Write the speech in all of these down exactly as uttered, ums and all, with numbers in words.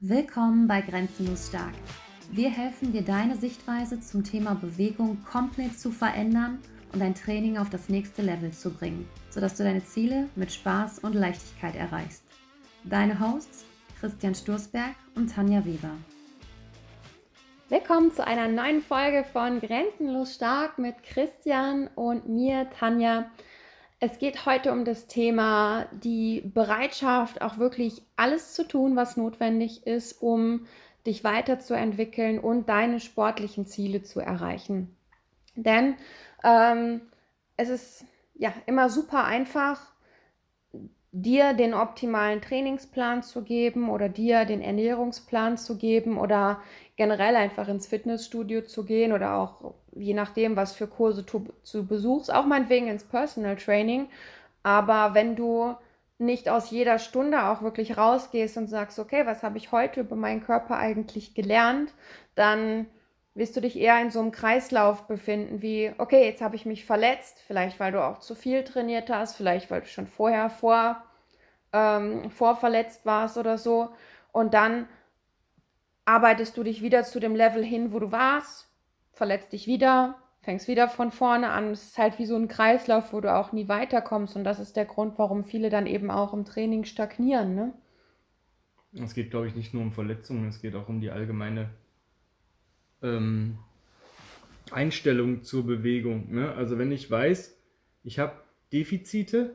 Willkommen bei Grenzenlos Stark. Wir helfen dir, deine Sichtweise zum Thema Bewegung komplett zu verändern und dein Training auf das nächste Level zu bringen, sodass du deine Ziele mit Spaß und Leichtigkeit erreichst. Deine Hosts Christian Sturzberg und Tanja Weber. Willkommen zu einer neuen Folge von Grenzenlos Stark mit Christian und mir, Tanja. Es geht heute um das Thema die Bereitschaft, auch wirklich alles zu tun, was notwendig ist, um dich weiterzuentwickeln und deine sportlichen Ziele zu erreichen. Denn ähm, es ist ja immer super einfach, dir den optimalen Trainingsplan zu geben oder dir den Ernährungsplan zu geben oder generell einfach ins Fitnessstudio zu gehen oder auch je nachdem, was für Kurse du, du besuchst, auch meinetwegen ins Personal Training. Aber wenn du nicht aus jeder Stunde auch wirklich rausgehst und sagst, okay, was habe ich heute über meinen Körper eigentlich gelernt, dann wirst du dich eher in so einem Kreislauf befinden wie, okay, jetzt habe ich mich verletzt, vielleicht weil du auch zu viel trainiert hast, vielleicht weil du schon vorher vor, ähm, vorverletzt warst oder so. Und dann arbeitest du dich wieder zu dem Level hin, wo du warst, verletzt dich wieder, fängst wieder von vorne an. Es ist halt wie so ein Kreislauf, wo du auch nie weiterkommst. Und das ist der Grund, warum viele dann eben auch im Training stagnieren, ne? Es geht, glaube ich, nicht nur um Verletzungen, es geht auch um die allgemeine ähm, Einstellung zur Bewegung. Ne? Also wenn ich weiß, ich habe Defizite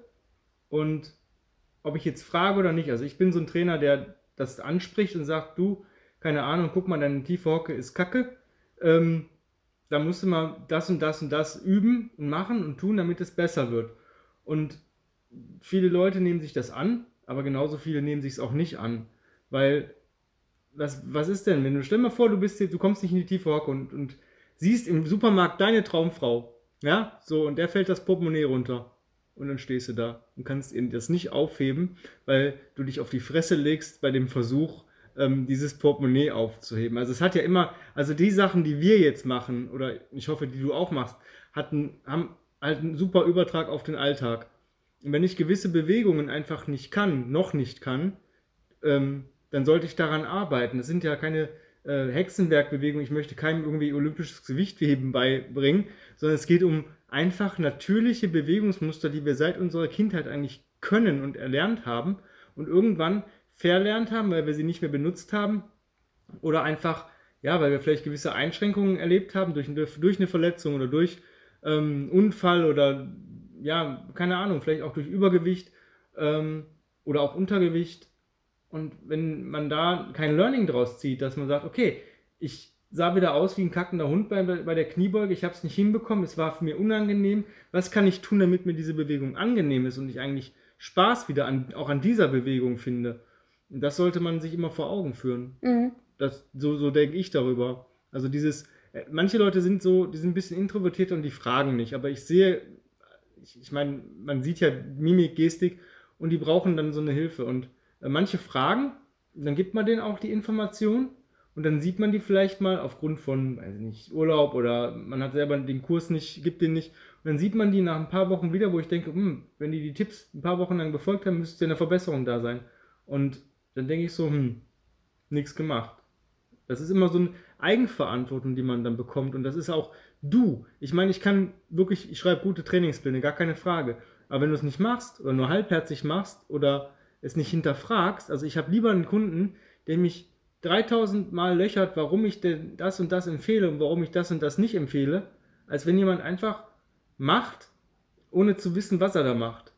und ob ich jetzt frage oder nicht, also ich bin so ein Trainer, der das anspricht und sagt, du, keine Ahnung, guck mal, deine tiefe Hocke ist kacke, ähm, da musst du mal das und das und das üben und machen und tun, damit es besser wird. Und viele Leute nehmen sich das an, aber genauso viele nehmen sich es auch nicht an, weil was, was ist denn, wenn du, stell dir mal vor, du bist du kommst nicht in die tiefe Hocke und, und siehst im Supermarkt deine Traumfrau, ja, so, und der fällt das Portemonnaie runter. Und dann stehst du da und kannst eben das nicht aufheben, weil du dich auf die Fresse legst bei dem Versuch, ähm, dieses Portemonnaie aufzuheben. Also es hat ja immer, also die Sachen, die wir jetzt machen, oder ich hoffe, die du auch machst, hatten, haben halt einen super Übertrag auf den Alltag. Und wenn ich gewisse Bewegungen einfach nicht kann, noch nicht kann, ähm, dann sollte ich daran arbeiten. Das sind ja keine äh, Hexenwerkbewegungen, ich möchte keinem irgendwie olympisches Gewichtheben beibringen, sondern es geht um einfach natürliche Bewegungsmuster, die wir seit unserer Kindheit eigentlich können und erlernt haben und irgendwann verlernt haben, weil wir sie nicht mehr benutzt haben oder einfach, ja, weil wir vielleicht gewisse Einschränkungen erlebt haben durch, durch eine Verletzung oder durch ähm, Unfall oder, ja, keine Ahnung, vielleicht auch durch Übergewicht ähm, oder auch Untergewicht. Und wenn man da kein Learning draus zieht, dass man sagt, okay, ich sah wieder aus wie ein kackender Hund bei, bei der Kniebeuge, ich habe es nicht hinbekommen, es war für mich unangenehm, was kann ich tun, damit mir diese Bewegung angenehm ist und ich eigentlich Spaß wieder an, auch an dieser Bewegung finde. Und das sollte man sich immer vor Augen führen. Mhm. Das, so, so denke ich darüber. Also dieses, manche Leute sind so, die sind ein bisschen introvertiert und die fragen nicht, aber ich sehe, ich, ich meine, man sieht ja Mimik, Gestik und die brauchen dann so eine Hilfe und manche fragen, dann gibt man denen auch die Information und dann sieht man die vielleicht mal aufgrund von, weiß nicht, Urlaub oder man hat selber den Kurs nicht, gibt den nicht und dann sieht man die nach ein paar Wochen wieder, wo ich denke, hm, wenn die die Tipps ein paar Wochen lang befolgt haben, müsste eine Verbesserung da sein. Und dann denke ich so, hm, nichts gemacht. Das ist immer so eine Eigenverantwortung, die man dann bekommt und das ist auch du. Ich meine, ich kann wirklich, ich schreibe gute Trainingspläne, gar keine Frage. Aber wenn du es nicht machst oder nur halbherzig machst oder es nicht hinterfragst, also ich habe lieber einen Kunden, der mich dreitausend Mal löchert, warum ich denn das und das empfehle und warum ich das und das nicht empfehle, als wenn jemand einfach macht, ohne zu wissen, was er da macht.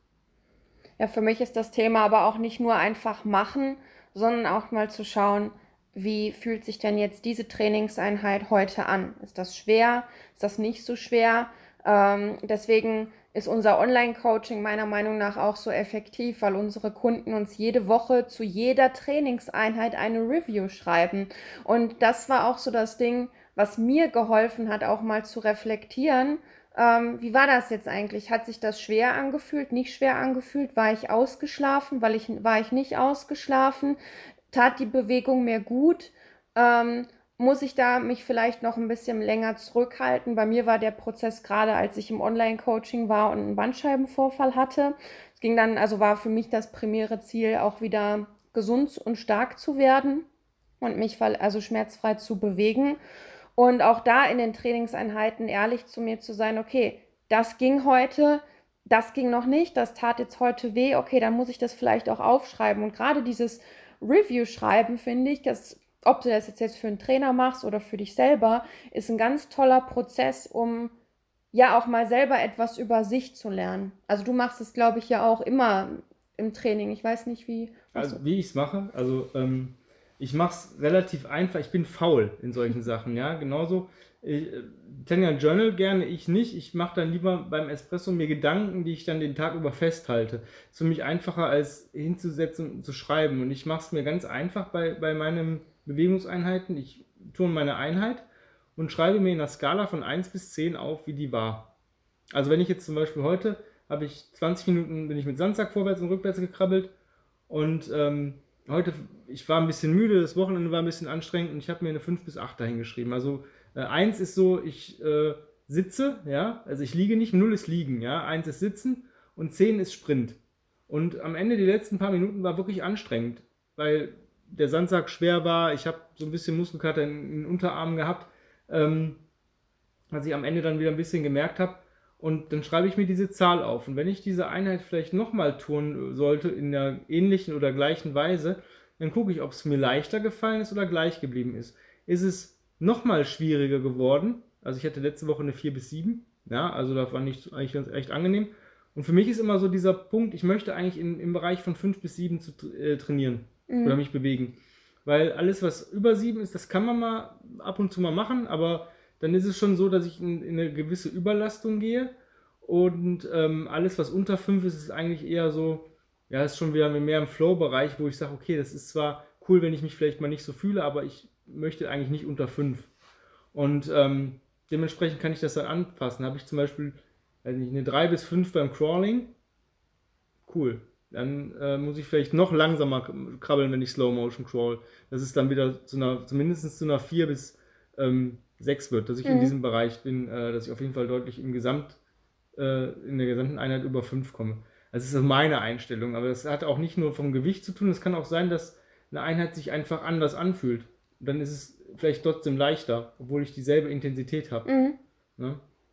Ja, für mich ist das Thema aber auch nicht nur einfach machen, sondern auch mal zu schauen, wie fühlt sich denn jetzt diese Trainingseinheit heute an? Ist das schwer? Ist das nicht so schwer? Ähm, deswegen ist unser Online-Coaching meiner Meinung nach auch so effektiv, weil unsere Kunden uns jede Woche zu jeder Trainingseinheit eine Review schreiben. Und das war auch so das Ding, was mir geholfen hat, auch mal zu reflektieren. Ähm, wie war das jetzt eigentlich? Hat sich das schwer angefühlt, nicht schwer angefühlt? War ich ausgeschlafen? Weil ich, war ich nicht ausgeschlafen? Tat die Bewegung mir gut? Ähm, muss ich da mich vielleicht noch ein bisschen länger zurückhalten? Bei mir war der Prozess gerade, als ich im Online-Coaching war und einen Bandscheibenvorfall hatte. Es ging dann, also war für mich das primäre Ziel, auch wieder gesund und stark zu werden. und mich also schmerzfrei zu bewegen. Und auch da in den Trainingseinheiten ehrlich zu mir zu sein, okay, das ging heute, das ging noch nicht, das tat jetzt heute weh, okay, dann muss ich das vielleicht auch aufschreiben. Und gerade dieses Review-Schreiben, finde ich, dass, ob du das jetzt, jetzt für einen Trainer machst oder für dich selber, ist ein ganz toller Prozess, um ja auch mal selber etwas über sich zu lernen. Also du machst es, glaube ich, ja auch immer im Training. Ich weiß nicht, wie... Also wie ich es mache, also ähm, ich mache es relativ einfach. Ich bin faul in solchen Sachen, ja, genauso. Ich äh, Tanja Journal gerne, ich nicht. Ich mache dann lieber beim Espresso mir Gedanken, die ich dann den Tag über festhalte. Das ist für mich einfacher, als hinzusetzen und zu schreiben. Und ich mache es mir ganz einfach bei, bei meinen Bewegungseinheiten. Ich tue meine Einheit und schreibe mir in der Skala von eins bis zehn auf, wie die war. Also wenn ich jetzt zum Beispiel heute, habe ich zwanzig Minuten, bin ich mit Sandsack vorwärts und rückwärts gekrabbelt und ähm, heute, ich war ein bisschen müde, das Wochenende war ein bisschen anstrengend und ich habe mir eine fünf bis acht dahingeschrieben. Also äh, eins ist so, ich äh, sitze, ja, also ich liege nicht, null ist liegen, ja, eins ist sitzen und zehn ist Sprint. Und am Ende, die letzten paar Minuten, war wirklich anstrengend, weil der Sandsack schwer war, ich habe so ein bisschen Muskelkater in, in den Unterarmen gehabt, ähm, was ich am Ende dann wieder ein bisschen gemerkt habe. Und dann schreibe ich mir diese Zahl auf. Und wenn ich diese Einheit vielleicht nochmal tun sollte, in einer ähnlichen oder gleichen Weise, dann gucke ich, ob es mir leichter gefallen ist oder gleich geblieben ist. Ist es nochmal schwieriger geworden? Also ich hatte letzte Woche eine vier bis sieben. Ja, also da fand ich eigentlich ganz echt angenehm. Und für mich ist immer so dieser Punkt, ich möchte eigentlich in, im Bereich von fünf bis sieben zu, äh, trainieren mhm. oder mich bewegen. Weil alles, was über sieben ist, das kann man mal ab und zu mal machen, aber dann ist es schon so, dass ich in, in eine gewisse Überlastung gehe und ähm, alles, was unter fünf ist, ist eigentlich eher so, ja, ist schon wieder mehr im Flow-Bereich, wo ich sage, okay, das ist zwar cool, wenn ich mich vielleicht mal nicht so fühle, aber ich möchte eigentlich nicht unter fünf. Und ähm, dementsprechend kann ich das dann anpassen. Habe ich zum Beispiel, weiß nicht, eine drei bis fünf beim Crawling, cool. Dann äh, muss ich vielleicht noch langsamer krabbeln, wenn ich Slow Motion crawl. Das ist dann wieder zu einer, zumindest zu einer vier bis ähm, sechs wird, dass ich mhm. in diesem Bereich bin, äh, dass ich auf jeden Fall deutlich im Gesamt, äh, in der gesamten Einheit über fünf komme. Das ist meine Einstellung, aber das hat auch nicht nur vom Gewicht zu tun, es kann auch sein, dass eine Einheit sich einfach anders anfühlt. Und dann ist es vielleicht trotzdem leichter, obwohl ich dieselbe Intensität habe. Mhm. Ne?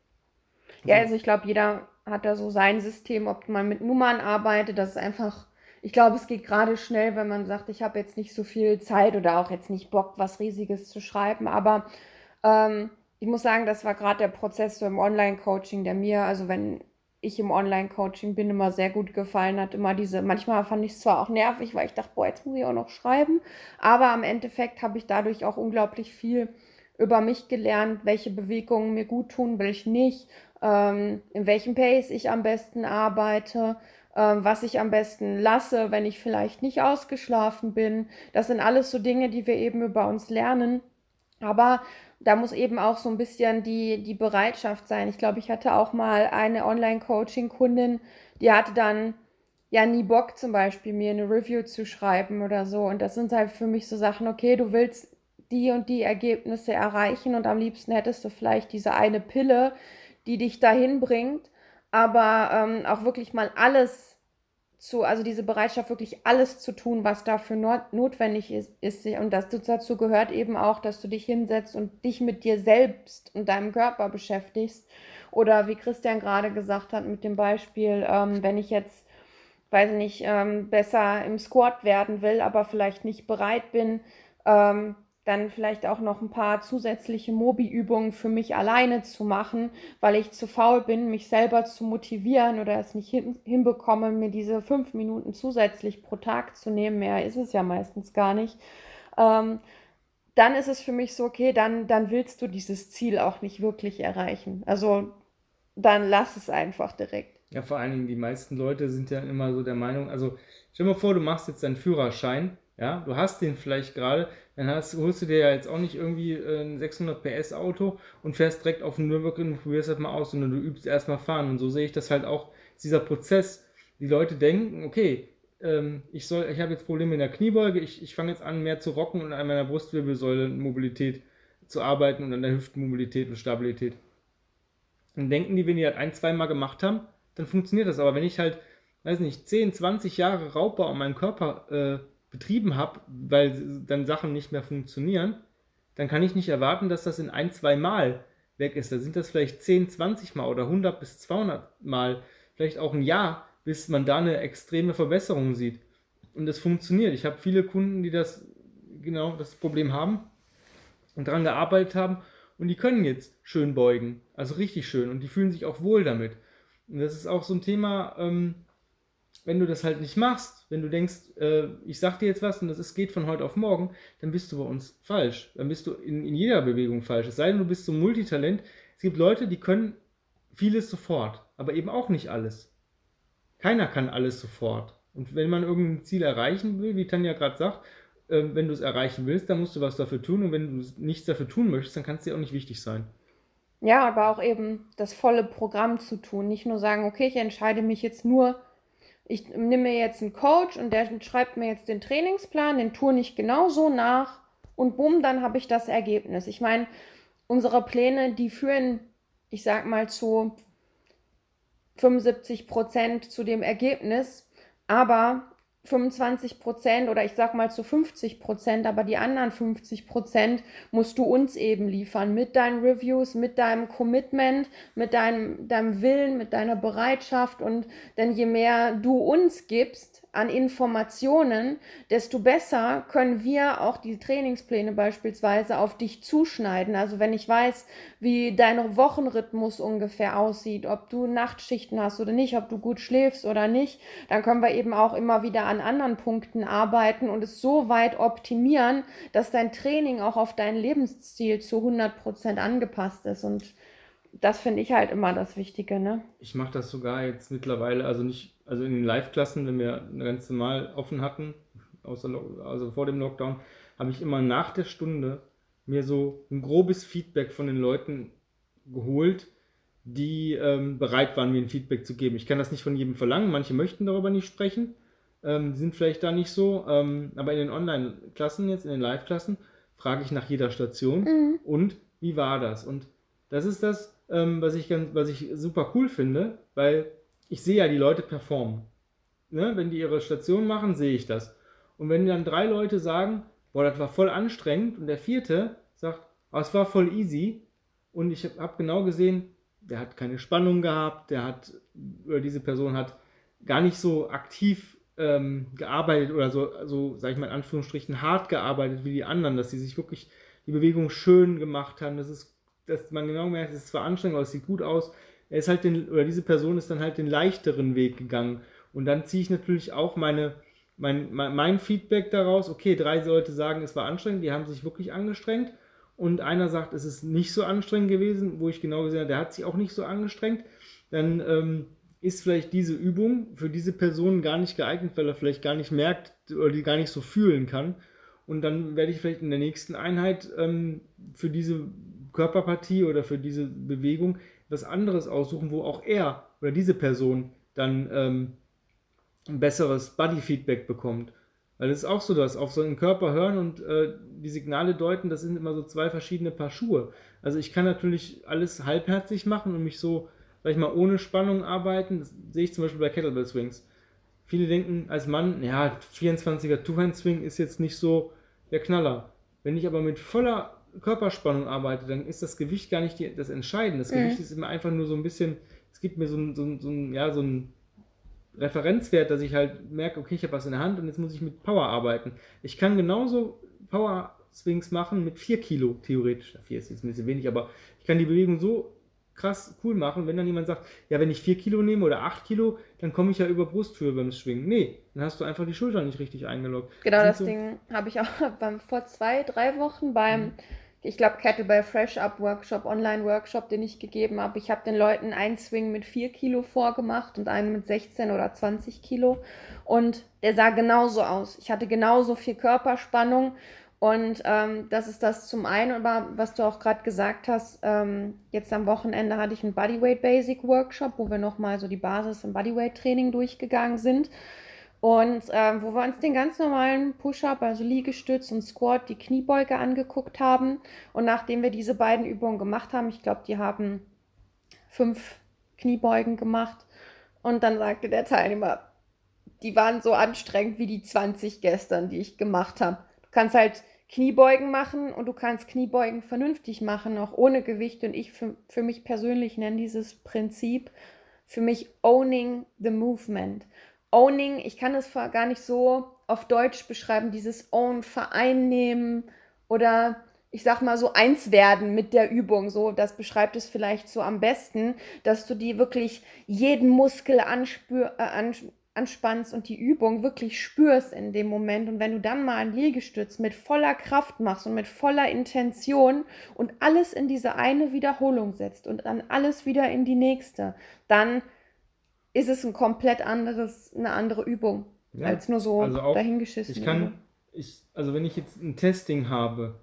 Also, ja, also ich glaube, jeder hat da so sein System, ob man mit Nummern arbeitet, das ist einfach, ich glaube, es geht gerade schnell, wenn man sagt, ich habe jetzt nicht so viel Zeit oder auch jetzt nicht Bock, was Riesiges zu schreiben, aber ähm, ich muss sagen, das war gerade der Prozess so im Online-Coaching, der mir, also wenn ich im Online-Coaching bin, immer sehr gut gefallen hat, immer diese, manchmal fand ich es zwar auch nervig, weil ich dachte, boah, jetzt muss ich auch noch schreiben, aber am Endeffekt habe ich dadurch auch unglaublich viel über mich gelernt, welche Bewegungen mir gut tun, welche nicht, ähm, in welchem Pace ich am besten arbeite, ähm, was ich am besten lasse, wenn ich vielleicht nicht ausgeschlafen bin. Das sind alles so Dinge, die wir eben über uns lernen, aber da muss eben auch so ein bisschen die, die Bereitschaft sein. Ich glaube, ich hatte auch mal eine Online-Coaching-Kundin, die hatte dann ja nie Bock zum Beispiel, mir eine Review zu schreiben oder so. Und das sind halt für mich so Sachen, okay, du willst die und die Ergebnisse erreichen und am liebsten hättest du vielleicht diese eine Pille, die dich dahin bringt, aber ähm, auch wirklich mal alles zu, also diese Bereitschaft, wirklich alles zu tun, was dafür not- notwendig ist, ist. Und das, dazu gehört eben auch, dass du dich hinsetzt und dich mit dir selbst und deinem Körper beschäftigst. Oder wie Christian gerade gesagt hat mit dem Beispiel, ähm, wenn ich jetzt, weiß nicht, ähm, besser im Squat werden will, aber vielleicht nicht bereit bin, ähm, dann vielleicht auch noch ein paar zusätzliche Mobi-Übungen für mich alleine zu machen, weil ich zu faul bin, mich selber zu motivieren oder es nicht hin, hinbekomme, mir diese fünf Minuten zusätzlich pro Tag zu nehmen. Mehr ist es ja meistens gar nicht. Ähm, dann ist es für mich so, okay, dann, dann willst du dieses Ziel auch nicht wirklich erreichen. Also dann lass es einfach direkt. Ja, vor allen Dingen die meisten Leute sind ja immer so der Meinung, also stell dir mal vor, du machst jetzt deinen Führerschein, ja, du hast den vielleicht gerade, dann hast, holst du dir ja jetzt auch nicht irgendwie ein sechshundert P S Auto und fährst direkt auf den Nürburgring und probierst das mal aus, sondern du übst erstmal fahren. Und so sehe ich das halt auch, dieser Prozess. Die Leute denken, okay, ähm, ich soll, ich habe jetzt Probleme in der Kniebeuge, ich, ich fange jetzt an, mehr zu rocken und an meiner Brustwirbelsäule Mobilität zu arbeiten und an der Hüftmobilität und Stabilität. Dann denken die, wenn die halt ein, zwei Mal gemacht haben, dann funktioniert das. Aber wenn ich halt, weiß nicht, zehn, zwanzig Jahre Raubbau an meinem Körper äh, betrieben habe, weil dann Sachen nicht mehr funktionieren, dann kann ich nicht erwarten, dass das in ein, zwei Mal weg ist. Da sind das vielleicht zehn, zwanzig Mal oder hundert bis zweihundert Mal, vielleicht auch ein Jahr, bis man da eine extreme Verbesserung sieht. Und das funktioniert. Ich habe viele Kunden, die das genau das Problem haben und daran gearbeitet haben und die können jetzt schön beugen, also richtig schön, und die fühlen sich auch wohl damit. Und das ist auch so ein Thema, ähm, wenn du das halt nicht machst, wenn du denkst, äh, ich sag dir jetzt was und das ist, geht von heute auf morgen, dann bist du bei uns falsch. Dann bist du in, in jeder Bewegung falsch. Es sei denn, du bist so ein Multitalent. Es gibt Leute, die können vieles sofort, aber eben auch nicht alles. Keiner kann alles sofort. Und wenn man irgendein Ziel erreichen will, wie Tanja gerade sagt, äh, wenn du es erreichen willst, dann musst du was dafür tun. Und wenn du nichts dafür tun möchtest, dann kann es dir auch nicht wichtig sein. Ja, aber auch eben das volle Programm zu tun. Nicht nur sagen, okay, ich entscheide mich jetzt nur, ich nehme mir jetzt einen Coach und der schreibt mir jetzt den Trainingsplan, den tue ich genauso nach und bumm, dann habe ich das Ergebnis. Ich meine, unsere Pläne, die führen, ich sag mal, zu fünfundsiebzig Prozent zu dem Ergebnis, aber fünfundzwanzig Prozent oder ich sag mal zu fünfzig Prozent, aber die anderen fünfzig Prozent musst du uns eben liefern mit deinen Reviews, mit deinem Commitment, mit deinem, deinem Willen, mit deiner Bereitschaft. Und denn je mehr du uns gibst an Informationen, desto besser können wir auch die Trainingspläne beispielsweise auf dich zuschneiden. Also wenn ich weiß, wie dein Wochenrhythmus ungefähr aussieht, ob du Nachtschichten hast oder nicht, ob du gut schläfst oder nicht, dann können wir eben auch immer wieder an anderen Punkten arbeiten und es so weit optimieren, dass dein Training auch auf dein Lebensstil zu hundert Prozent angepasst ist. Und das finde ich halt immer das Wichtige, ne? Ich mache das sogar jetzt mittlerweile, also nicht, also in den Live-Klassen, wenn wir eine ganz normal offen hatten, außer, also vor dem Lockdown, habe ich immer nach der Stunde mir so ein grobes Feedback von den Leuten geholt, die ähm, bereit waren, mir ein Feedback zu geben. Ich kann das nicht von jedem verlangen, manche möchten darüber nicht sprechen, ähm, sind vielleicht da nicht so, ähm, aber in den Online-Klassen jetzt, in den Live-Klassen, frage ich nach jeder Station mhm. und wie war das? Und das ist das, ähm, was ich ganz, was ich super cool finde, weil ich sehe ja die Leute performen. Ne? Wenn die ihre Station machen, sehe ich das. Und wenn dann drei Leute sagen, boah, das war voll anstrengend, und der vierte sagt, oh, es war voll easy, und ich habe hab genau gesehen, der hat keine Spannung gehabt, der hat, oder diese Person hat gar nicht so aktiv ähm, gearbeitet oder so, so, sag ich mal in Anführungsstrichen, hart gearbeitet wie die anderen, dass sie sich wirklich die Bewegung schön gemacht haben, das ist, dass man genau merkt, es ist zwar anstrengend, aber es sieht gut aus. Er ist halt den, oder diese Person ist dann halt den leichteren Weg gegangen. Und dann ziehe ich natürlich auch meine, mein, mein, mein Feedback daraus. Okay, drei Leute sagen, es war anstrengend, die haben sich wirklich angestrengt. Und einer sagt, es ist nicht so anstrengend gewesen, wo ich genau gesehen habe, der hat sich auch nicht so angestrengt. Dann ähm, ist vielleicht diese Übung für diese Person gar nicht geeignet, weil er vielleicht gar nicht merkt oder die gar nicht so fühlen kann. Und dann werde ich vielleicht in der nächsten Einheit ähm, für diese Körperpartie oder für diese Bewegung was anderes aussuchen, wo auch er oder diese Person dann ähm, ein besseres Body-Feedback bekommt. Weil es ist auch so, dass auf so einen Körper hören und äh, die Signale deuten, das sind immer so zwei verschiedene Paar Schuhe. Also ich kann natürlich alles halbherzig machen und mich so, sag ich mal, ohne Spannung arbeiten. Das sehe ich zum Beispiel bei Kettlebell Swings. Viele denken als Mann, ja, vierundzwanziger Two-Hand-Swing ist jetzt nicht so der Knaller. Wenn ich aber mit voller Körperspannung arbeite, dann ist das Gewicht gar nicht die, das Entscheidende. Das mhm. Gewicht ist immer einfach nur so ein bisschen, es gibt mir so ein, so ein, so ein, ja, so ein Referenzwert, dass ich halt merke, okay, ich habe was in der Hand und jetzt muss ich mit Power arbeiten. Ich kann genauso Power-Swings machen mit vier Kilo, theoretisch. vier ist jetzt ein bisschen wenig, aber ich kann die Bewegung so krass cool machen, wenn dann jemand sagt, ja, wenn ich vier Kilo nehme oder acht Kilo, dann komme ich ja über Brusthöhe beim Schwingen. Nee, dann hast du einfach die Schulter nicht richtig eingeloggt. Genau, das, das so Ding habe ich auch beim, vor zwei, drei Wochen beim, mhm. ich glaube, Kettlebell Fresh Up Workshop, Online-Workshop, den ich gegeben habe. Ich habe den Leuten einen Swing mit vier Kilo vorgemacht und einen mit sechzehn oder zwanzig Kilo. Und der sah genauso aus. Ich hatte genauso viel Körperspannung. Und ähm, das ist das zum einen, aber was du auch gerade gesagt hast, ähm, jetzt am Wochenende hatte ich einen Bodyweight Basic Workshop, wo wir nochmal so die Basis im Bodyweight Training durchgegangen sind. Und ähm, wo wir uns den ganz normalen Push-Up, also Liegestütz und Squat, die Kniebeuge angeguckt haben. Und nachdem wir diese beiden Übungen gemacht haben, ich glaube, die haben fünf Kniebeugen gemacht. Und dann sagte der Teilnehmer, die waren so anstrengend wie die zwanzig gestern, die ich gemacht habe. Du kannst halt Kniebeugen machen und du kannst Kniebeugen vernünftig machen, auch ohne Gewicht. Und ich für, für mich persönlich nenne dieses Prinzip für mich Owning the Movement. Owning, ich kann es gar nicht so auf Deutsch beschreiben, dieses Own, vereinnehmen oder ich sag mal so eins werden mit der Übung. So, das beschreibt es vielleicht so am besten, dass du die wirklich jeden Muskel anspür, äh, ans- anspannst und die Übung wirklich spürst in dem Moment. Und wenn du dann mal einen Liegestütz mit voller Kraft machst und mit voller Intention und alles in diese eine Wiederholung setzt und dann alles wieder in die nächste, dann ist es ein komplett anderes, eine andere Übung, ja, als nur so also auch, dahingeschissen. Ich kann, ich, also wenn ich jetzt ein Testing habe,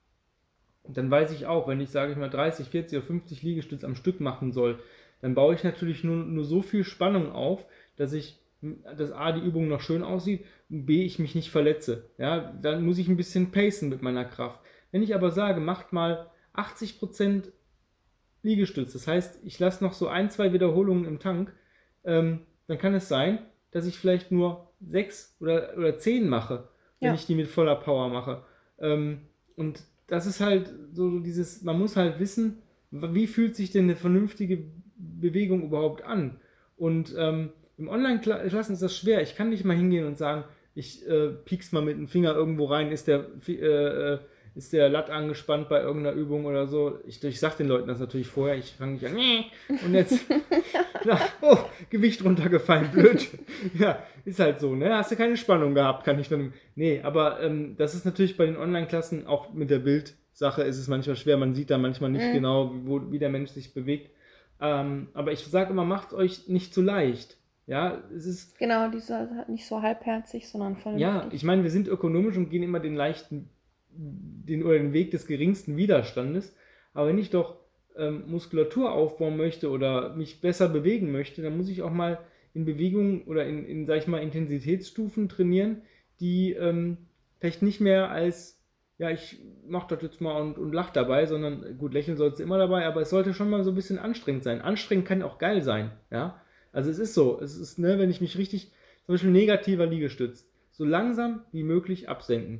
dann weiß ich auch, wenn ich, sage ich mal, dreißig, vierzig oder fünfzig Liegestütz am Stück machen soll, dann baue ich natürlich nur, nur so viel Spannung auf, dass ich, dass A, die Übung noch schön aussieht, und B, ich mich nicht verletze. Ja, dann muss ich ein bisschen pacen mit meiner Kraft. Wenn ich aber sage, macht mal achtzig Prozent Liegestütz, das heißt, ich lasse noch so ein, zwei Wiederholungen im Tank, ähm, dann kann es sein, dass ich vielleicht nur sechs oder, oder zehn mache, wenn Ja. ich die mit voller Power mache. Ähm, und das ist halt so dieses, man muss halt wissen, wie fühlt sich denn eine vernünftige Bewegung überhaupt an? Und ähm, im Online-Klassen ist das schwer. Ich kann nicht mal hingehen und sagen, ich äh, piek's mal mit dem Finger irgendwo rein, ist der, äh, ist der Latt angespannt bei irgendeiner Übung oder so. Ich, ich sag den Leuten das natürlich vorher, ich fange nicht an, und jetzt, na, oh, Gewicht runtergefallen, blöd. Ja, ist halt so, ne? Hast du keine Spannung gehabt, kann ich dann, nee, aber ähm, das ist natürlich bei den Online-Klassen, auch mit der Bildsache ist es manchmal schwer, man sieht da manchmal nicht mhm. genau, wo, wie der Mensch sich bewegt. Ähm, aber ich sage immer, macht euch nicht zu leicht. Ja, es ist... Genau, diese nicht so halbherzig, sondern vernünftig. Ja, ich meine, wir sind ökonomisch und gehen immer den leichten, den, oder den Weg des geringsten Widerstandes. Aber wenn ich doch ähm, Muskulatur aufbauen möchte oder mich besser bewegen möchte, dann muss ich auch mal in Bewegungen oder in, in sag ich mal, Intensitätsstufen trainieren, die ähm, vielleicht nicht mehr als, ja, ich mach das jetzt mal und, und lach dabei, sondern gut, lächeln sollte immer dabei, aber es sollte schon mal so ein bisschen anstrengend sein. Anstrengend kann auch geil sein, ja. Also es ist so, es ist, ne, wenn ich mich richtig, zum Beispiel negativer Liegestütz, so langsam wie möglich absenken.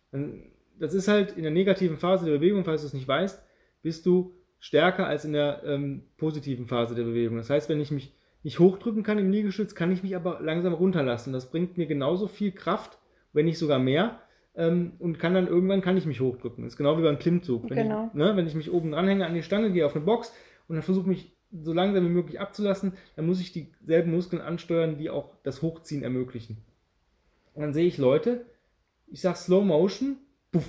Das ist halt in der negativen Phase der Bewegung, falls du es nicht weißt, bist du stärker als in der ähm, positiven Phase der Bewegung. Das heißt, wenn ich mich nicht hochdrücken kann im Liegestütz, kann ich mich aber langsam runterlassen. Das bringt mir genauso viel Kraft, wenn nicht sogar mehr, ähm, und kann dann irgendwann kann ich mich hochdrücken. Das ist genau wie beim Klimmzug. Wenn, genau. ich, ne, wenn ich mich oben dranhänge an die Stange, gehe auf eine Box und dann versuche mich so langsam wie möglich abzulassen, dann muss ich dieselben Muskeln ansteuern, die auch das Hochziehen ermöglichen. Und dann sehe ich Leute, ich sage Slow Motion, puff.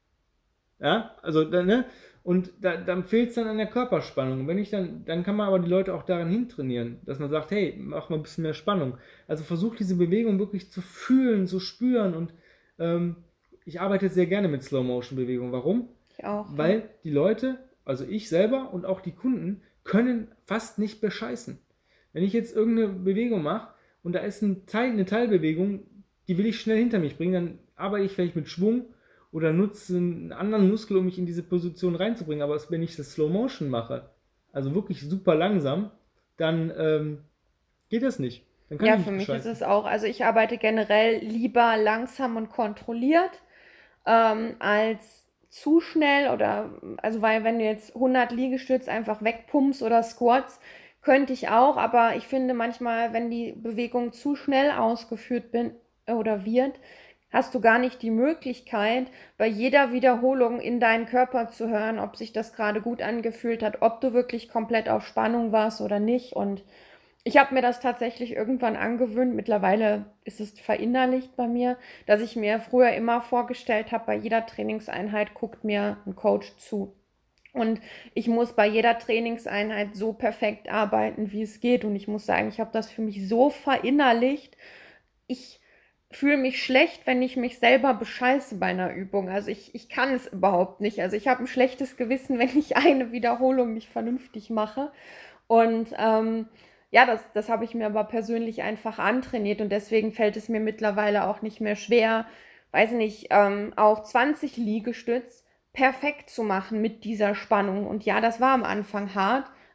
Ja, also, ne? Und da, dann fehlt es dann an der Körperspannung. Und wenn ich dann, dann kann man aber die Leute auch daran hintrainieren, dass man sagt, hey, mach mal ein bisschen mehr Spannung. Also versucht diese Bewegung wirklich zu fühlen, zu spüren. Und ähm, ich arbeite sehr gerne mit Slow Motion Bewegung. Warum? Ich auch. Weil ja. die Leute, also ich selber und auch die Kunden, können fast nicht bescheißen. Wenn ich jetzt irgendeine Bewegung mache und da ist ein Teil, eine Teilbewegung, die will ich schnell hinter mich bringen, dann arbeite ich vielleicht mit Schwung oder nutze einen anderen Muskel, um mich in diese Position reinzubringen. Aber wenn ich das Slow Motion mache, also wirklich super langsam, dann ähm, geht das nicht. Dann kann ja, ich nicht für mich bescheißen. ist es auch, also ich arbeite generell lieber langsam und kontrolliert ähm, als zu schnell oder, also weil wenn du jetzt hundert Liegestütz einfach wegpumpst oder Squats, könnte ich auch, aber ich finde manchmal, wenn die Bewegung zu schnell ausgeführt bin oder wird, hast du gar nicht die Möglichkeit, bei jeder Wiederholung in deinen Körper zu hören, ob sich das gerade gut angefühlt hat, ob du wirklich komplett auf Spannung warst oder nicht. Und ich habe mir das tatsächlich irgendwann angewöhnt. Mittlerweile ist es verinnerlicht bei mir, dass ich mir früher immer vorgestellt habe, bei jeder Trainingseinheit guckt mir ein Coach zu. Und ich muss bei jeder Trainingseinheit so perfekt arbeiten, wie es geht. Und ich muss sagen, ich habe das für mich so verinnerlicht. Ich fühle mich schlecht, wenn ich mich selber bescheiße bei einer Übung. Also ich, ich kann es überhaupt nicht. Also ich habe ein schlechtes Gewissen, wenn ich eine Wiederholung nicht vernünftig mache. Und ähm, ja, das, das habe ich mir aber persönlich einfach antrainiert und deswegen fällt es mir mittlerweile auch nicht mehr schwer, weiß nicht, ähm, auch zwanzig Liegestütz perfekt zu machen mit dieser Spannung. Und ja, das war am Anfang hart,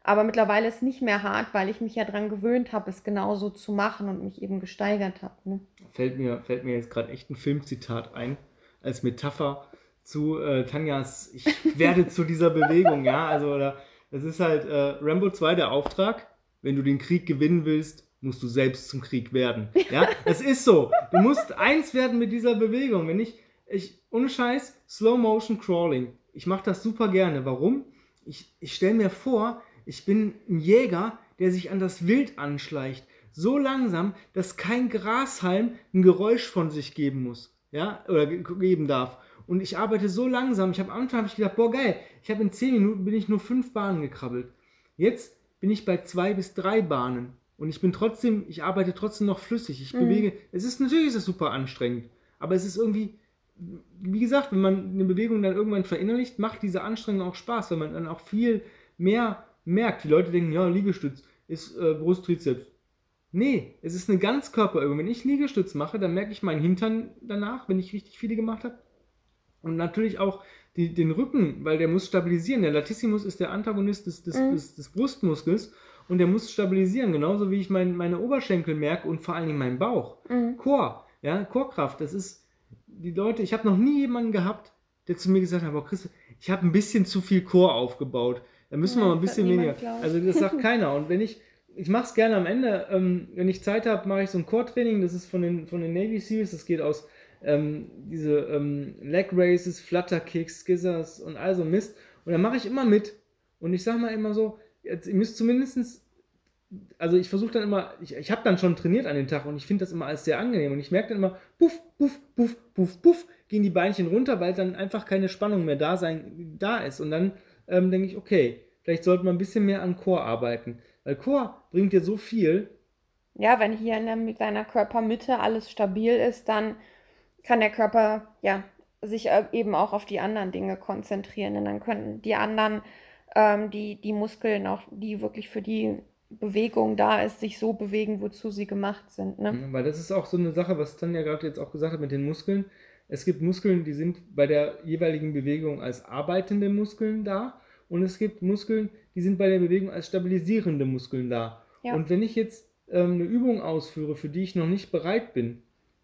Aber mittlerweile ist es nicht mehr hart, weil ich mich ja daran gewöhnt habe, es genauso zu machen und mich eben gesteigert habe. Ne? Fällt mir, fällt mir jetzt gerade echt ein Filmzitat ein, als Metapher zu äh, Tanjas, ich werde zu dieser Bewegung, ja, also oder, das ist halt äh, Rambo zwei, der Auftrag, wenn du den Krieg gewinnen willst, musst du selbst zum Krieg werden, ja, es ist so, du musst eins werden mit dieser Bewegung, wenn ich, ich, ohne Scheiß, Slow Motion Crawling, ich mache das super gerne, warum? Ich, ich stelle mir vor, ich bin ein Jäger, der sich an das Wild anschleicht. So langsam, dass kein Grashalm ein Geräusch von sich geben muss. Ja, oder ge- geben darf. Und ich arbeite so langsam. Ich habe am Anfang hab ich gedacht, boah geil, ich habe in zehn Minuten bin ich nur fünf Bahnen gekrabbelt. Jetzt bin ich bei zwei bis drei Bahnen. Und ich bin trotzdem, ich arbeite trotzdem noch flüssig. Ich mhm. bewege. Es ist natürlich ist es super anstrengend. Aber es ist irgendwie, wie gesagt, wenn man eine Bewegung dann irgendwann verinnerlicht, macht diese Anstrengung auch Spaß, weil man dann auch viel mehr merkt. Die Leute denken, ja, Liegestütz ist äh, Brust, Trizeps. Nee, es ist eine Ganzkörperübung. Wenn ich Liegestütz mache, dann merke ich meinen Hintern danach, wenn ich richtig viele gemacht habe. Und natürlich auch die, den Rücken, weil der muss stabilisieren. Der Latissimus ist der Antagonist des, des, mhm. des, des Brustmuskels und der muss stabilisieren. Genauso wie ich mein, meine Oberschenkel merke und vor allen Dingen meinen Bauch. Mhm. Core, ja, Core-Kraft. Das ist, die Leute, ich habe noch nie jemanden gehabt, der zu mir gesagt hat, aber Chris, ich habe ein bisschen zu viel Core aufgebaut. Da müssen ja, wir mal ein bisschen weniger. Also das sagt keiner. Und wenn ich, ich mache es gerne am Ende, ähm, wenn ich Zeit habe, mache ich so ein Core-Training. Das ist von den, von den Navy Seals. Das geht aus ähm, diese ähm, Leg Races, Flutter Kicks, Skizzers und all so Mist. Und dann mache ich immer mit. Und ich sage mal immer so, jetzt, ihr müsst zumindestens, also ich versuche dann immer, ich, ich habe dann schon trainiert an den Tag und ich finde das immer alles sehr angenehm. Und ich merke dann immer, puff, puff, puff, puff, puff, gehen die Beinchen runter, weil dann einfach keine Spannung mehr da sein, da ist. Und dann ähm, denke ich, okay, vielleicht sollte man ein bisschen mehr an Core arbeiten. Weil Core bringt dir so viel. Ja, wenn hier in der, mit deiner Körpermitte alles stabil ist, dann kann der Körper ja sich eben auch auf die anderen Dinge konzentrieren. Und dann können die anderen, ähm, die, die Muskeln, auch die wirklich für die Bewegung da ist, sich so bewegen, wozu sie gemacht sind. Ne? Ja, weil das ist auch so eine Sache, was Tanja gerade jetzt auch gesagt hat mit den Muskeln. Es gibt Muskeln, die sind bei der jeweiligen Bewegung als arbeitende Muskeln da. Und es gibt Muskeln, die sind bei der Bewegung als stabilisierende Muskeln da. Ja. Und wenn ich jetzt ähm, eine Übung ausführe, für die ich noch nicht bereit bin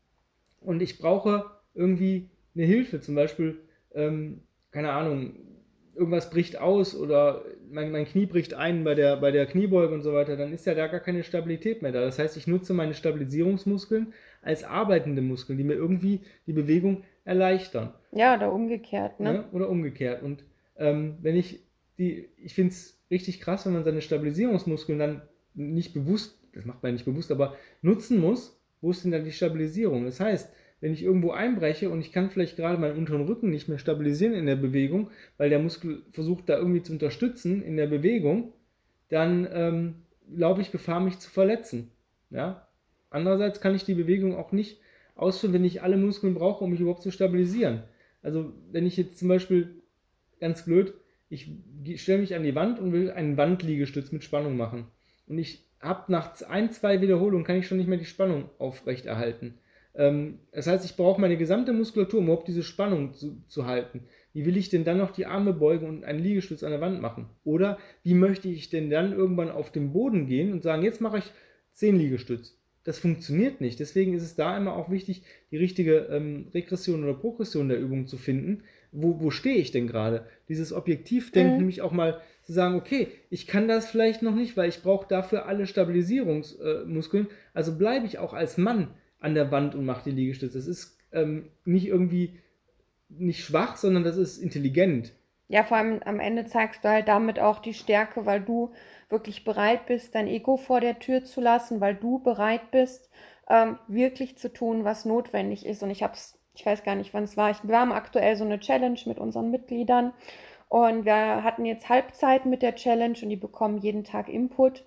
und ich brauche irgendwie eine Hilfe, zum Beispiel, ähm, keine Ahnung, irgendwas bricht aus oder mein, mein Knie bricht ein bei der, bei der Kniebeuge und so weiter, dann ist ja da gar keine Stabilität mehr da. Das heißt, ich nutze meine Stabilisierungsmuskeln als arbeitende Muskeln, die mir irgendwie die Bewegung erleichtern. Ja, oder umgekehrt, ne? Ja, oder umgekehrt. Und ähm, wenn ich die, ich finde es richtig krass, wenn man seine Stabilisierungsmuskeln dann nicht bewusst, das macht man nicht bewusst, aber nutzen muss, wo ist denn dann die Stabilisierung? Das heißt, wenn ich irgendwo einbreche und ich kann vielleicht gerade meinen unteren Rücken nicht mehr stabilisieren in der Bewegung, weil der Muskel versucht da irgendwie zu unterstützen in der Bewegung, dann ähm, laufe ich Gefahr, mich zu verletzen. Ja? Andererseits kann ich die Bewegung auch nicht ausführen, wenn ich alle Muskeln brauche, um mich überhaupt zu stabilisieren. Also wenn ich jetzt zum Beispiel, ganz blöd, ich stelle mich an die Wand und will einen Wandliegestütz mit Spannung machen. Und ich habe nach ein, zwei Wiederholungen kann ich schon nicht mehr die Spannung aufrechterhalten. Ähm, das heißt, ich brauche meine gesamte Muskulatur, um überhaupt diese Spannung zu, zu halten. Wie will ich denn dann noch die Arme beugen und einen Liegestütz an der Wand machen? Oder wie möchte ich denn dann irgendwann auf den Boden gehen und sagen, jetzt mache ich zehn Liegestütz? Das funktioniert nicht. Deswegen ist es da immer auch wichtig, die richtige ähm, Regression oder Progression der Übung zu finden. Wo, wo stehe ich denn gerade? Dieses Objektivdenken, mhm. nämlich auch mal zu sagen, okay, ich kann das vielleicht noch nicht, weil ich brauche dafür alle Stabilisierungsmuskeln. Äh, also bleibe ich auch als Mann an der Wand und mache die Liegestütze. Das ist ähm, nicht irgendwie nicht schwach, sondern das ist intelligent. Ja, vor allem am Ende zeigst du halt damit auch die Stärke, weil du wirklich bereit bist, dein Ego vor der Tür zu lassen, weil du bereit bist, ähm, wirklich zu tun, was notwendig ist. Und ich hab's, ich weiß gar nicht, wann es war. Ich, wir haben aktuell so eine Challenge mit unseren Mitgliedern und wir hatten jetzt Halbzeit mit der Challenge und die bekommen jeden Tag Input.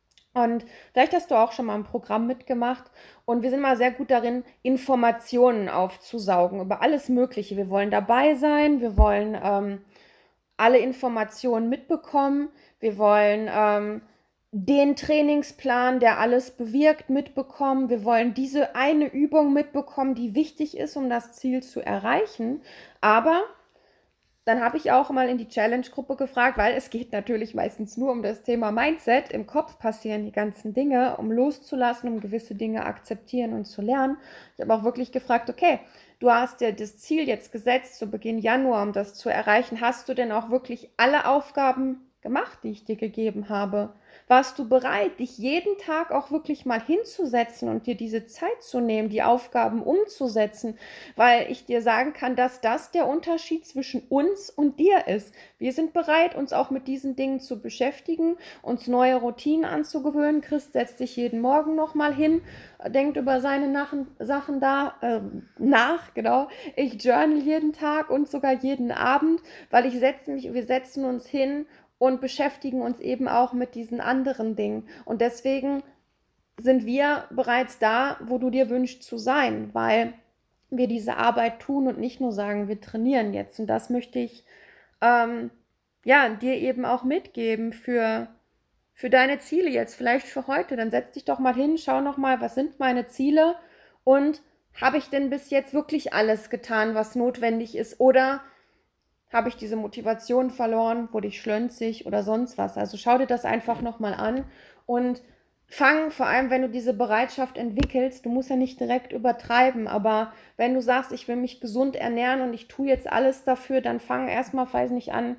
Und vielleicht hast du auch schon mal ein Programm mitgemacht und wir sind mal sehr gut darin, Informationen aufzusaugen über alles Mögliche. Wir wollen dabei sein, wir wollen ähm, alle Informationen mitbekommen, wir wollen ähm, den Trainingsplan, der alles bewirkt, mitbekommen, wir wollen diese eine Übung mitbekommen, die wichtig ist, um das Ziel zu erreichen, aber dann habe ich auch mal in die Challenge-Gruppe gefragt, weil es geht natürlich meistens nur um das Thema Mindset. Im Kopf passieren die ganzen Dinge, um loszulassen, um gewisse Dinge akzeptieren und zu lernen. Ich habe auch wirklich gefragt, okay, du hast dir das Ziel jetzt gesetzt zu Beginn Januar, um das zu erreichen. Hast du denn auch wirklich alle Aufgaben gemacht, die ich dir gegeben habe? Warst du bereit, dich jeden Tag auch wirklich mal hinzusetzen und dir diese Zeit zu nehmen, die Aufgaben umzusetzen? Weil ich dir sagen kann, dass das der Unterschied zwischen uns und dir ist. Wir sind bereit, uns auch mit diesen Dingen zu beschäftigen, uns neue Routinen anzugewöhnen. Chris setzt sich jeden Morgen nochmal hin, denkt über seine Nachen, Sachen da äh, nach, genau. Ich journal jeden Tag und sogar jeden Abend, weil ich setze mich, wir setzen uns hin und beschäftigen uns eben auch mit diesen anderen Dingen. Und deswegen sind wir bereits da, wo du dir wünschst zu sein, weil wir diese Arbeit tun und nicht nur sagen, wir trainieren jetzt. Und das möchte ich ähm, ja, dir eben auch mitgeben für, für deine Ziele jetzt, vielleicht für heute. Dann setz dich doch mal hin, schau noch mal, was sind meine Ziele und habe ich denn bis jetzt wirklich alles getan, was notwendig ist, oder habe ich diese Motivation verloren, wurde ich schlönzig oder sonst was. Also schau dir das einfach nochmal an und fang, vor allem wenn du diese Bereitschaft entwickelst, du musst ja nicht direkt übertreiben, aber wenn du sagst, ich will mich gesund ernähren und ich tue jetzt alles dafür, dann fang erstmal, weiß nicht, an,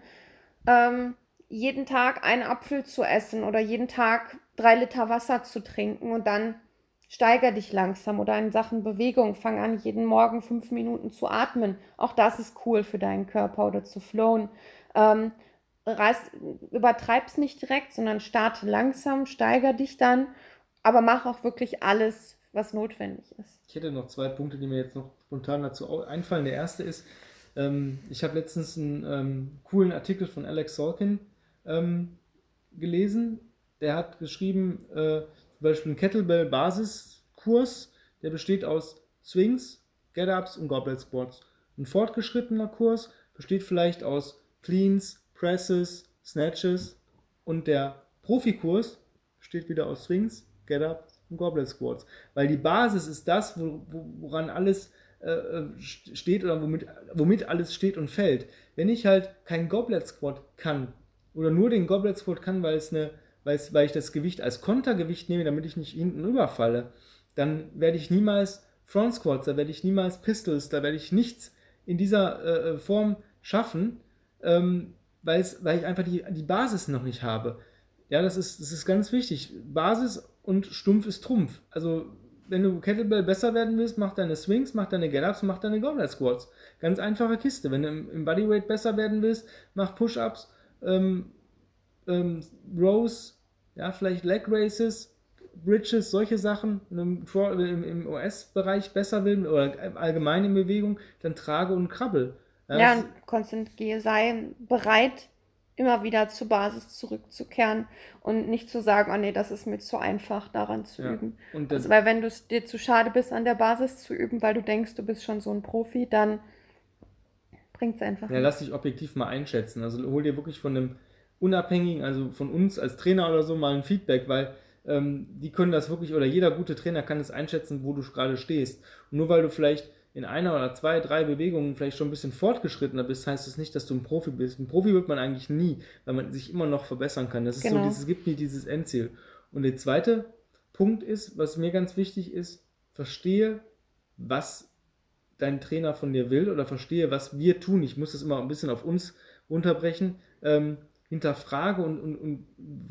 ähm, jeden Tag einen Apfel zu essen oder jeden Tag drei Liter Wasser zu trinken und dann steiger dich langsam, oder in Sachen Bewegung, fang an, jeden Morgen fünf Minuten zu atmen. Auch das ist cool für deinen Körper, oder zu flowen. Ähm, reiß, übertreib's nicht direkt, sondern starte langsam, steiger dich dann, aber mach auch wirklich alles, was notwendig ist. Ich hätte noch zwei Punkte, die mir jetzt noch spontan dazu einfallen. Der erste ist, ähm, ich habe letztens einen ähm, coolen Artikel von Alex Sorkin ähm, gelesen. Der hat geschrieben, äh, zum Beispiel ein Kettlebell-Basiskurs, der besteht aus Swings, Get-Ups und Goblet Squats. Ein fortgeschrittener Kurs besteht vielleicht aus Cleans, Presses, Snatches, und der Profikurs besteht wieder aus Swings, Get-Ups und Goblet Squats. Weil die Basis ist das, wo, wo, woran alles äh, steht oder womit, womit alles steht und fällt. Wenn ich halt keinen Goblet Squat kann oder nur den Goblet Squat kann, weil es eine Weil, es, weil ich das Gewicht als Kontergewicht nehme, damit ich nicht hinten rüberfalle, dann werde ich niemals Front Squats, da werde ich niemals Pistols, da werde ich nichts in dieser äh, Form schaffen, ähm, weil ich einfach die, die Basis noch nicht habe. Ja, das ist, das ist ganz wichtig. Basis und Stumpf ist Trumpf. Also, wenn du Kettlebell besser werden willst, mach deine Swings, mach deine Get-Ups, mach deine Goblet Squats. Ganz einfache Kiste. Wenn du im, im Bodyweight besser werden willst, mach Push-Ups, ähm, Ähm, Rows, ja, vielleicht Leg Races, Bridges, solche Sachen. Wenn du im, im O S-Bereich besser will oder allgemein in Bewegung, dann trage und krabbel. Ja, ja, und konstant sei bereit, immer wieder zur Basis zurückzukehren und nicht zu sagen, oh nee, das ist mir zu einfach, daran zu ja. üben. Und also, weil wenn du es dir zu schade bist, an der Basis zu üben, weil du denkst, du bist schon so ein Profi, dann bringt es einfach Ja, nicht. Lass dich objektiv mal einschätzen. Also hol dir wirklich von einem Unabhängigen, also von uns als Trainer oder so, mal ein Feedback, weil ähm, die können das wirklich, oder jeder gute Trainer kann es einschätzen, wo du gerade stehst. Und nur weil du vielleicht in einer oder zwei, drei Bewegungen vielleicht schon ein bisschen fortgeschrittener bist, heißt das nicht, dass du ein Profi bist. Ein Profi wird man eigentlich nie, weil man sich immer noch verbessern kann. Das ist genau. so, es gibt nie dieses Endziel. Und der zweite Punkt ist, was mir ganz wichtig ist, verstehe, was dein Trainer von dir will, oder verstehe, was wir tun. Ich muss das immer ein bisschen auf uns runterbrechen. Ähm, hinterfrage und, und, und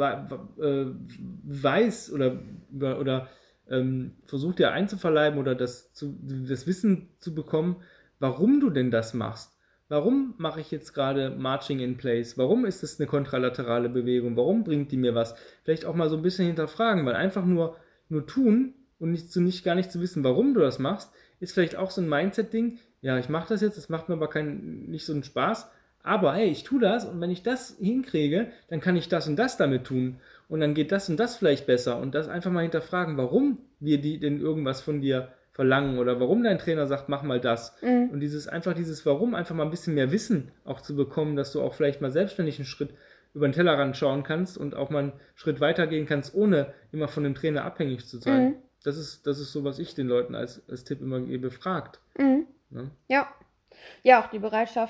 äh, weiß oder, oder ähm, versuch dir einzuverleiben oder das, zu, das Wissen zu bekommen, warum du denn das machst. Warum mache ich jetzt gerade Marching in Place? Warum ist das eine kontralaterale Bewegung? Warum bringt die mir was? Vielleicht auch mal so ein bisschen hinterfragen, weil einfach nur, nur tun und nicht, zu, nicht, gar nicht zu wissen, warum du das machst, ist vielleicht auch so ein Mindset-Ding. Ja, ich mache das jetzt, das macht mir aber kein, nicht so einen Spaß. Aber hey, ich tue das, und wenn ich das hinkriege, dann kann ich das und das damit tun. Und dann geht das und das vielleicht besser. Und das einfach mal hinterfragen, warum wir die denn irgendwas von dir verlangen oder warum dein Trainer sagt, mach mal das. Mhm. Und dieses einfach dieses Warum, einfach mal ein bisschen mehr Wissen auch zu bekommen, dass du auch vielleicht mal selbstständig einen Schritt über den Tellerrand schauen kannst und auch mal einen Schritt weitergehen kannst, ohne immer von dem Trainer abhängig zu sein. Mhm. Das ist, das ist so, was ich den Leuten als, als Tipp immer gebe, fragt. Mhm. Ja? ja. Ja, auch die Bereitschaft,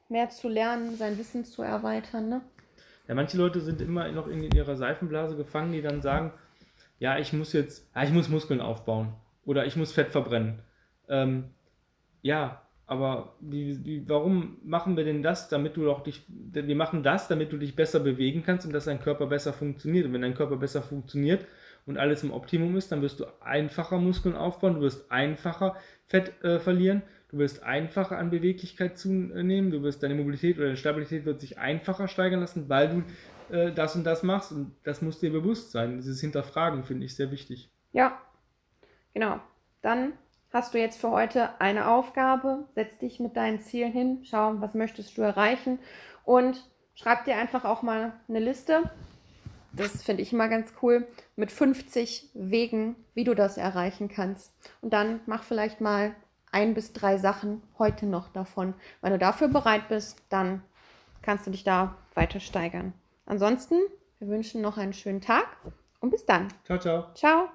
mehr zu lernen, sein Wissen zu erweitern, ne? Ja, manche Leute sind immer noch in ihrer Seifenblase gefangen, die dann sagen, ja, ich muss jetzt, ja, ich muss Muskeln aufbauen oder ich muss Fett verbrennen. Ähm, ja, aber wie, wie, warum machen wir denn das, damit du doch dich, wir machen das, damit du dich besser bewegen kannst und dass dein Körper besser funktioniert. Und wenn dein Körper besser funktioniert und alles im Optimum ist, dann wirst du einfacher Muskeln aufbauen, du wirst einfacher Fett äh, verlieren, du wirst einfacher an Beweglichkeit zunehmen, du wirst deine Mobilität oder deine Stabilität wird sich einfacher steigern lassen, weil du äh, das und das machst und das muss dir bewusst sein. Dieses Hinterfragen finde ich sehr wichtig. Ja, genau. Dann hast du jetzt für heute eine Aufgabe, setz dich mit deinen Zielen hin, schau, was möchtest du erreichen und schreib dir einfach auch mal eine Liste, das finde ich immer ganz cool, mit fünfzig Wegen, wie du das erreichen kannst. Und dann mach vielleicht mal ein bis drei Sachen heute noch davon. Wenn du dafür bereit bist, dann kannst du dich da weiter steigern. Ansonsten, wir wünschen noch einen schönen Tag und bis dann. Ciao, ciao. Ciao.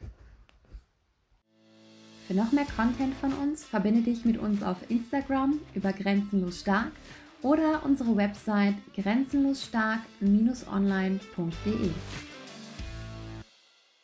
Für noch mehr Content von uns verbinde dich mit uns auf Instagram über Grenzenlos Stark oder unsere Website grenzenlosstark Bindestrich online Punkt de.